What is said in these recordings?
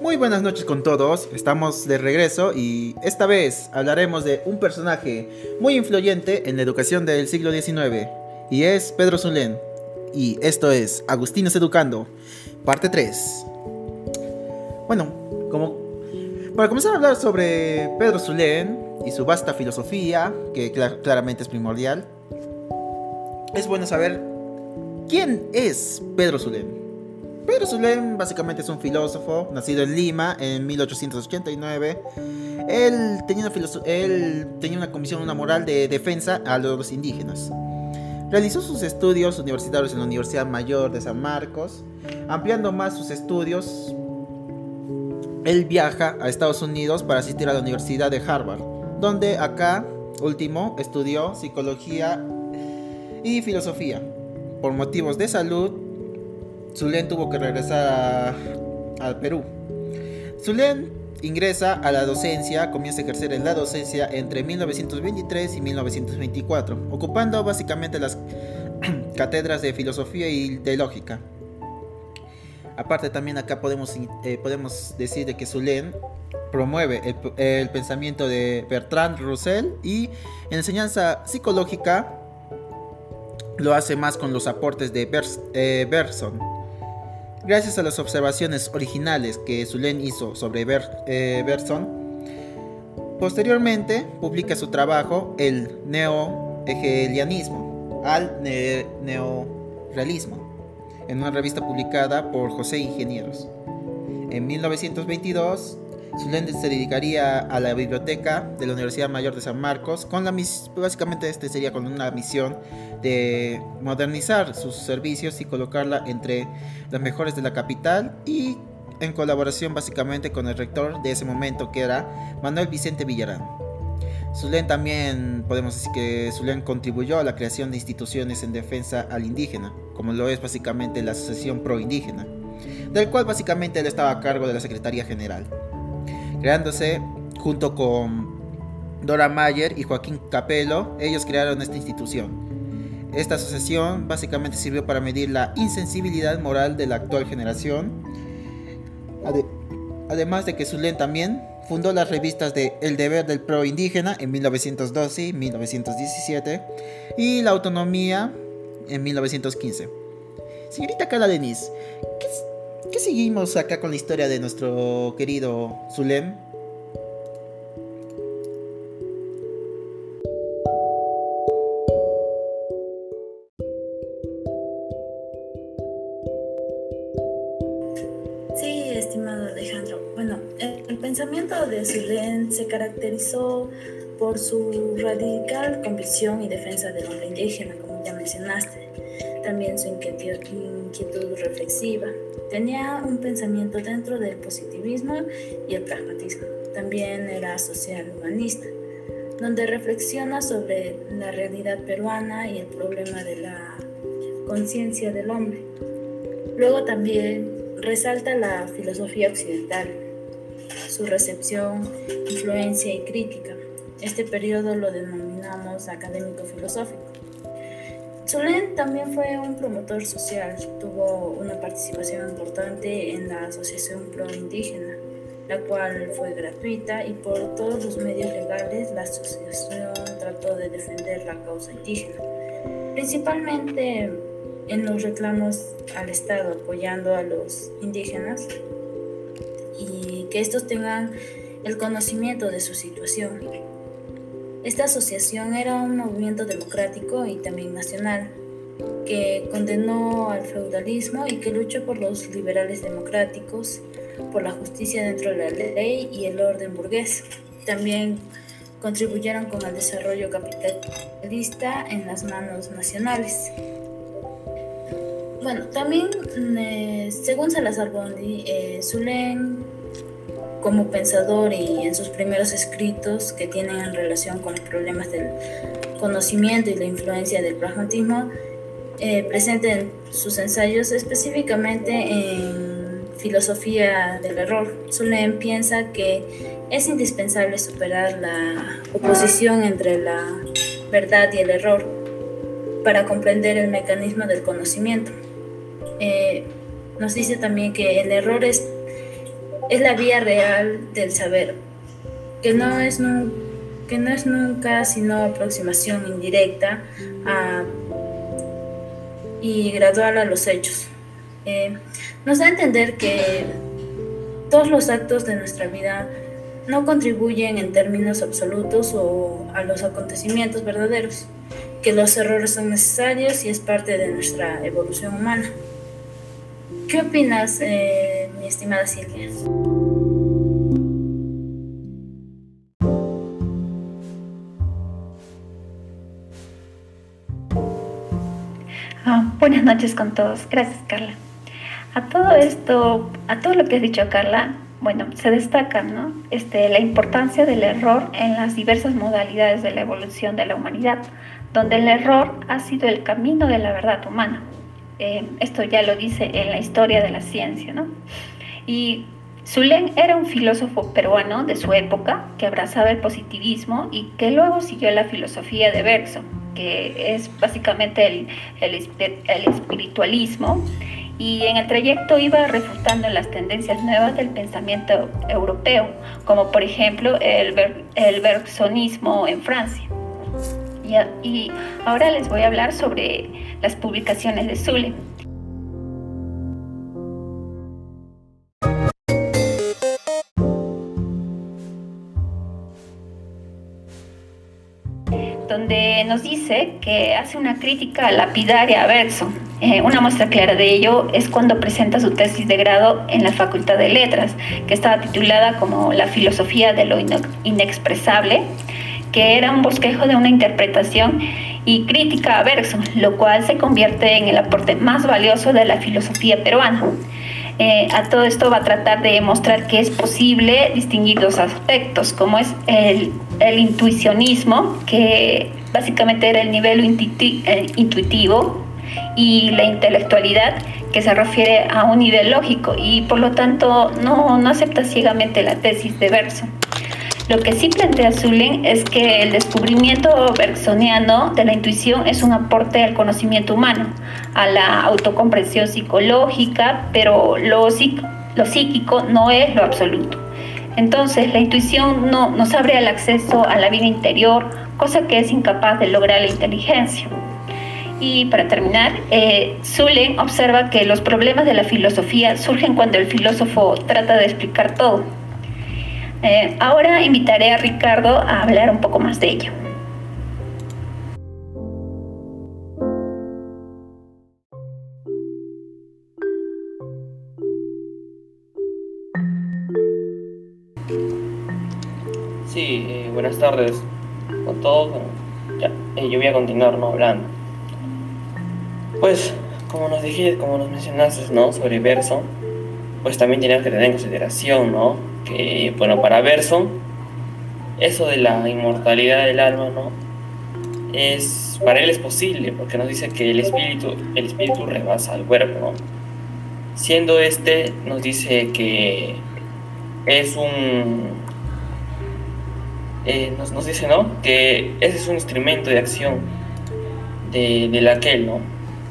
Muy buenas noches con todos, estamos de regreso y esta vez hablaremos de un personaje muy influyente en la educación del siglo XIX y es Pedro Zulén. Y esto es Agustinos Educando, parte 3. Bueno, como para comenzar a hablar sobre Pedro Zulén y su vasta filosofía, que claramente es primordial, es bueno saber quién es Pedro Zulén. Pedro Zulén básicamente es un filósofo nacido en Lima en 1889. Él tenía una comisión, una moral de defensa a los indígenas. Realizó sus estudios universitarios en la Universidad Mayor de San Marcos. Ampliando más sus estudios, él viaja a Estados Unidos para asistir a la Universidad de Harvard, donde acá último estudió psicología y filosofía. Por motivos de salud, Zulén tuvo que regresar al Perú. Zulén ingresa a la docencia, comienza a ejercer en la docencia entre 1923 y 1924, ocupando básicamente las cátedras de filosofía y de lógica. Aparte también acá podemos decir de que Zulén promueve el pensamiento de Bertrand Russell y en enseñanza psicológica lo hace más con los aportes de Bergson. Gracias a las observaciones originales que Zulén hizo sobre Bergson, posteriormente publica su trabajo El neo-hegelianismo al neorrealismo en una revista publicada por José Ingenieros. En 1922, Zulén se dedicaría a la biblioteca de la Universidad Mayor de San Marcos básicamente sería con una misión de modernizar sus servicios y colocarla entre las mejores de la capital y en colaboración básicamente con el rector de ese momento, que era Manuel Vicente Villarán. Zulén también podemos decir que Zulén contribuyó a la creación de instituciones en defensa al indígena, como lo es básicamente la Asociación Pro Indígena, del cual básicamente él estaba a cargo de la Secretaría General, creándose junto con Dora Mayer y Joaquín Capello. Ellos crearon esta institución. Esta asociación básicamente sirvió para medir la insensibilidad moral de la actual generación. Además de que Zulén también fundó las revistas de El Deber del Pro Indígena en 1912 y 1917 y La Autonomía en 1915. Señorita Carla Denise, ¿qué seguimos acá con la historia de nuestro querido Zulén? Sí, estimado Alejandro. Bueno, el pensamiento de Zulén se caracterizó por su radical convicción y defensa del hombre indígena, como ya mencionaste. También su inquietud reflexiva. Tenía un pensamiento dentro del positivismo y el pragmatismo. También era social humanista, donde reflexiona sobre la realidad peruana y el problema de la conciencia del hombre. Luego también resalta la filosofía occidental, su recepción, influencia y crítica. Este periodo lo denominamos académico filosófico. Zulén también fue un promotor social, tuvo una participación importante en la Asociación Pro Indígena, la cual fue gratuita y por todos los medios legales la asociación trató de defender la causa indígena, principalmente en los reclamos al Estado, apoyando a los indígenas y que estos tengan el conocimiento de su situación. Esta asociación era un movimiento democrático y también nacional, que condenó al feudalismo y que luchó por los liberales democráticos, por la justicia dentro de la ley y el orden burgués. También contribuyeron con el desarrollo capitalista en las manos nacionales. Bueno, también según Salazar Bondi, Zulén, como pensador y en sus primeros escritos que tienen en relación con los problemas del conocimiento y la influencia del pragmatismo, presenta en sus ensayos específicamente en filosofía del error. Zulén piensa que es indispensable superar la oposición entre la verdad y el error para comprender el mecanismo del conocimiento. Nos dice también que el error es es la vía real del saber, que no es, que no es nunca sino aproximación indirecta y gradual a los hechos. Nos da a entender que todos los actos de nuestra vida no contribuyen en términos absolutos o a los acontecimientos verdaderos, que los errores son necesarios y es parte de nuestra evolución humana. ¿Qué opinas, mi estimada Silvia? Buenas noches con todos. Gracias, Carla. A todo esto, a todo lo que has dicho, Carla, bueno, se destaca, ¿no? La importancia del error en las diversas modalidades de la evolución de la humanidad, donde el error ha sido el camino de la verdad humana. Esto ya lo dice en la historia de la ciencia, ¿no? Y Zulem era un filósofo peruano de su época que abrazaba el positivismo y que luego siguió la filosofía de Bergson, que es básicamente el espiritualismo, y en el trayecto iba refutando las tendencias nuevas del pensamiento europeo, como por ejemplo el bergsonismo en Francia. Y ahora les voy a hablar sobre las publicaciones de Zulem. Donde nos dice que hace una crítica lapidaria a Bergson. Una muestra clara de ello es cuando presenta su tesis de grado en la Facultad de Letras, que estaba titulada como La filosofía de lo inexpresable, que era un bosquejo de una interpretación y crítica a Bergson, lo cual se convierte en el aporte más valioso de la filosofía peruana. A todo esto va a tratar de mostrar que es posible distinguir dos aspectos, como es el intuicionismo, que básicamente era el nivel intuitivo, y la intelectualidad, que se refiere a un nivel lógico, y por lo tanto no acepta ciegamente la tesis de Bergson. Lo que sí plantea Zulem es que el descubrimiento bergsoniano de la intuición es un aporte al conocimiento humano, a la autocomprensión psicológica, pero lo psíquico no es lo absoluto. Entonces, la intuición nos abre el acceso a la vida interior, cosa que es incapaz de lograr la inteligencia. Y para terminar, Zulem observa que los problemas de la filosofía surgen cuando el filósofo trata de explicar todo. Ahora invitaré a Ricardo a hablar un poco más de ello. Sí, buenas tardes con todos. Yo voy a continuar, ¿no?, hablando. Pues, como nos mencionaste, ¿no?, sobre Bergson, pues también tienes que tener en consideración, ¿no?, que, bueno, para Bergson, eso de la inmortalidad del alma, ¿no?, para él es posible, porque nos dice que el espíritu rebasa al cuerpo, ¿no? Siendo nos dice que es nos dice, ¿no?, que ese es un instrumento de acción del aquel, ¿no?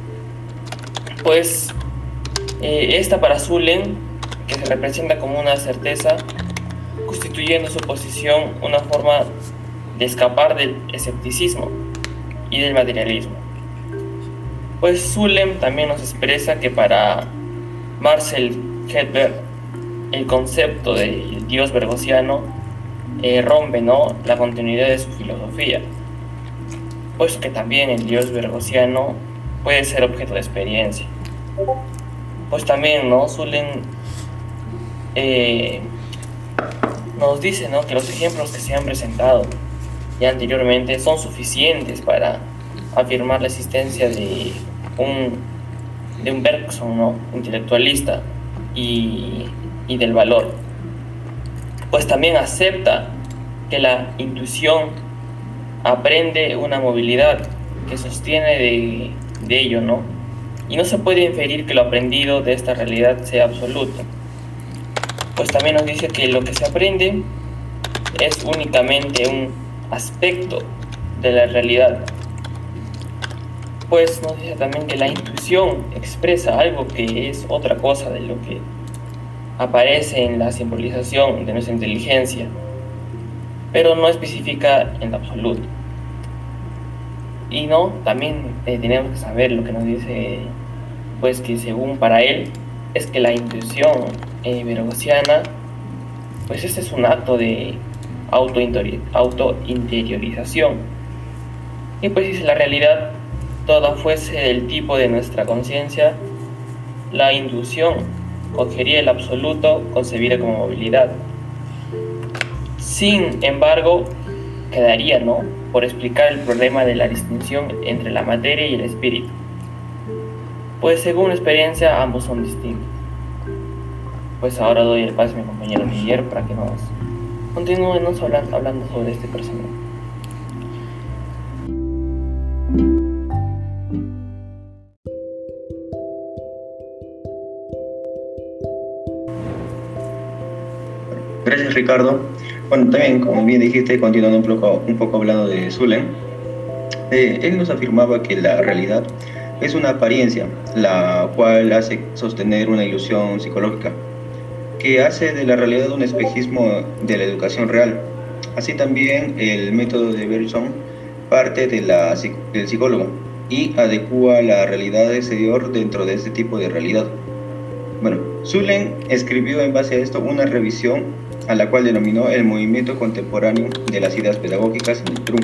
Pues esta para Zulem, que se representa como una certeza, constituyendo su posición una forma de escapar del escepticismo y del materialismo. Pues Zulem también nos expresa que para Marcel Hedberg el concepto del Dios bergosiano rompe, ¿no?, la continuidad de su filosofía, puesto que también el Dios bergosiano puede ser objeto de experiencia. Pues también, ¿no?, Zulem nos dice, ¿no?, que los ejemplos que se han presentado ya anteriormente son suficientes para afirmar la existencia de un Bergson, ¿no?, intelectualista y del valor. Pues también acepta que la intuición aprende una movilidad que sostiene de ello, ¿no?, y no se puede inferir que lo aprendido de esta realidad sea absoluto. Pues también nos dice que lo que se aprende es únicamente un aspecto de la realidad. Pues nos dice también que la intuición expresa algo que es otra cosa de lo que aparece en la simbolización de nuestra inteligencia, pero no especifica en lo absoluto. Y no, también tenemos que saber lo que nos dice, pues que según para él, es que la intuición verogosiana, pues este es un acto de autointeriorización. Y pues si la realidad toda fuese del tipo de nuestra conciencia, la intuición cogería el absoluto concebido como movilidad. Sin embargo, quedaría, ¿no?, por explicar el problema de la distinción entre la materia y el espíritu. Pues según la experiencia, ambos son distintos. Pues ahora doy el paso a mi compañero Miguel para que nos continuemos hablando sobre este personaje. Gracias, Ricardo. Bueno, también, como bien dijiste, continuando un poco hablando de Zulem, él nos afirmaba que la realidad es una apariencia, la cual hace sostener una ilusión psicológica, que hace de la realidad un espejismo de la educación real. Así también el método de Bergson parte del psicólogo y adecúa la realidad exterior dentro de este tipo de realidad. Bueno, Zulem escribió en base a esto una revisión a la cual denominó el movimiento contemporáneo de las ideas pedagógicas en el Perú.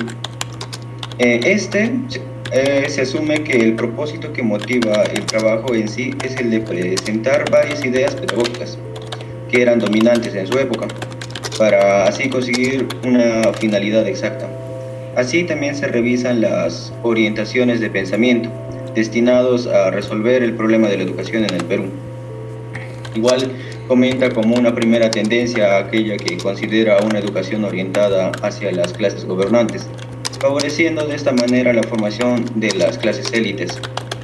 Se asume que el propósito que motiva el trabajo en sí es el de presentar varias ideas pedagógicas que eran dominantes en su época, para así conseguir una finalidad exacta. Así también se revisan las orientaciones de pensamiento destinados a resolver el problema de la educación en el Perú. Igual comenta como una primera tendencia aquella que considera una educación orientada hacia las clases gobernantes, favoreciendo de esta manera la formación de las clases élites.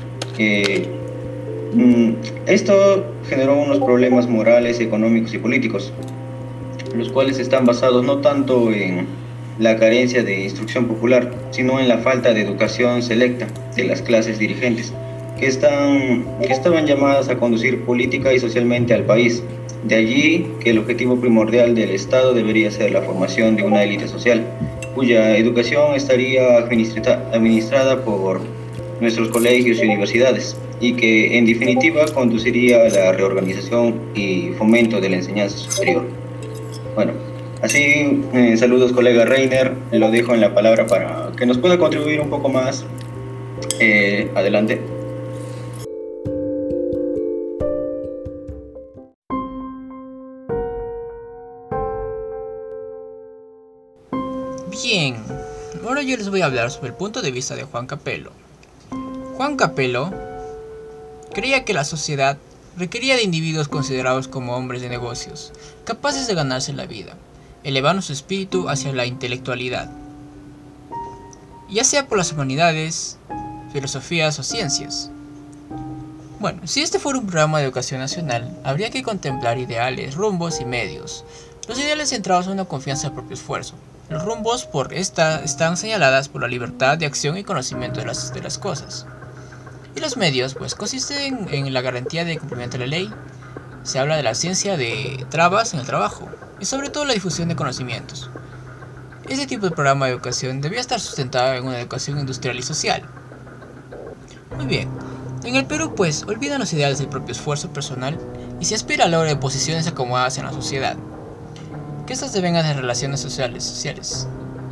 Esto generó unos problemas morales, económicos y políticos, los cuales están basados no tanto en la carencia de instrucción popular, sino en la falta de educación selecta de las clases dirigentes, que estaban llamadas a conducir política y socialmente al país. De allí que el objetivo primordial del Estado debería ser la formación de una élite social, cuya educación estaría administrada por nuestros colegios y universidades, y que en definitiva conduciría a la reorganización y fomento de la enseñanza superior. Bueno, así, saludos colega Reiner, lo dejo en la palabra para que nos pueda contribuir un poco más. Adelante. Bien, ahora yo les voy a hablar sobre el punto de vista de Juan Capello. Juan Capello creía que la sociedad requería de individuos considerados como hombres de negocios, capaces de ganarse la vida, elevando su espíritu hacia la intelectualidad, ya sea por las humanidades, filosofías o ciencias. Bueno, si este fuera un programa de educación nacional, habría que contemplar ideales, rumbos y medios. Los ideales centrados en una confianza en el propio esfuerzo. Los rumbos están señaladas por la libertad de acción y conocimiento de las cosas. Y los medios, pues, consisten en la garantía de cumplimiento de la ley. Se habla de la ciencia de trabas en el trabajo y sobre todo la difusión de conocimientos. Este tipo de programa de educación debía estar sustentado en una educación industrial y social. Muy bien, en el Perú, pues, olvidan los ideales del propio esfuerzo personal y se aspira al logro de posiciones acomodadas en la sociedad, que estas devengan de relaciones sociales.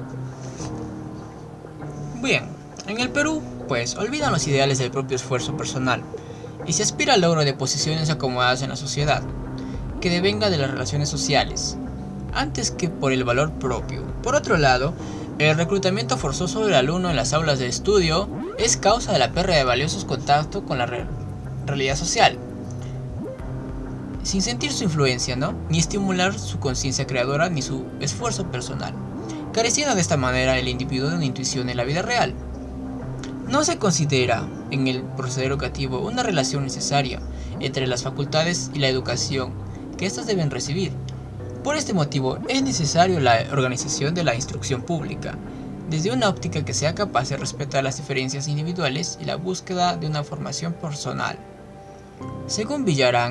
Bien, en el Perú, pues, olvidan los ideales del propio esfuerzo personal y se aspira al logro de posiciones acomodadas en la sociedad, que devengan de las relaciones sociales, antes que por el valor propio. Por otro lado, el reclutamiento forzoso del alumno en las aulas de estudio es causa de la pérdida de valiosos contactos con la realidad social, sin sentir su influencia, ni estimular su conciencia creadora ni su esfuerzo personal, careciendo de esta manera el individuo de una intuición en la vida real. No se considera en el proceder educativo una relación necesaria entre las facultades y la educación que éstas deben recibir. Por este motivo es necesario la organización de la instrucción pública, desde una óptica que sea capaz de respetar las diferencias individuales y la búsqueda de una formación personal. Según Villarán,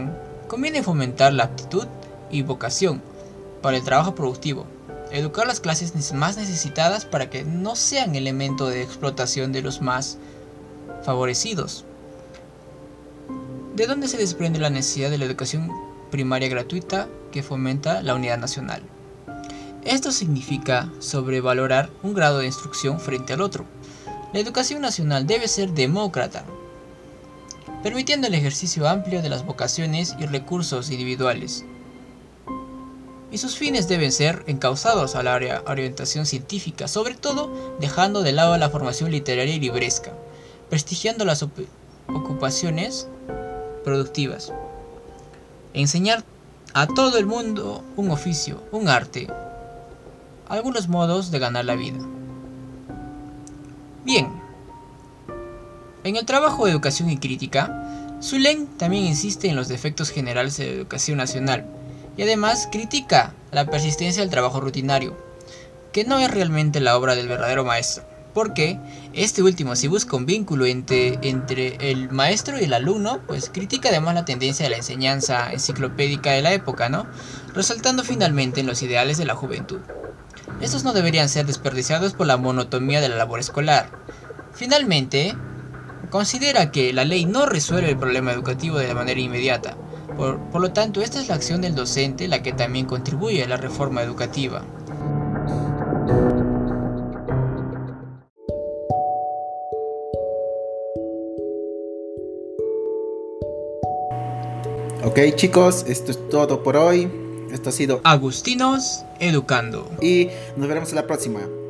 Conviene fomentar la aptitud y vocación para el trabajo productivo, educar las clases más necesitadas para que no sean elemento de explotación de los más favorecidos. ¿De dónde se desprende la necesidad de la educación primaria gratuita que fomenta la unidad nacional? Esto significa sobrevalorar un grado de instrucción frente al otro. La educación nacional debe ser demócrata, permitiendo el ejercicio amplio de las vocaciones y recursos individuales. Y sus fines deben ser encauzados a la orientación científica, sobre todo dejando de lado la formación literaria y libresca, prestigiando las ocupaciones productivas. Enseñar a todo el mundo un oficio, un arte, algunos modos de ganar la vida. Bien, en el trabajo de educación y crítica, Zulén también insiste en los defectos generales de la educación nacional y además critica la persistencia del trabajo rutinario, que no es realmente la obra del verdadero maestro, porque este último, si busca un vínculo entre el maestro y el alumno, pues critica además la tendencia de la enseñanza enciclopédica de la época, ¿no? Resaltando finalmente en los ideales de la juventud. Estos no deberían ser desperdiciados por la monotonía de la labor escolar. Finalmente, considera que la ley no resuelve el problema educativo de manera inmediata. Por lo tanto, esta es la acción del docente la que también contribuye a la reforma educativa. Ok, chicos, esto es todo por hoy. Esto ha sido Agustinos Educando. y nos veremos en la próxima.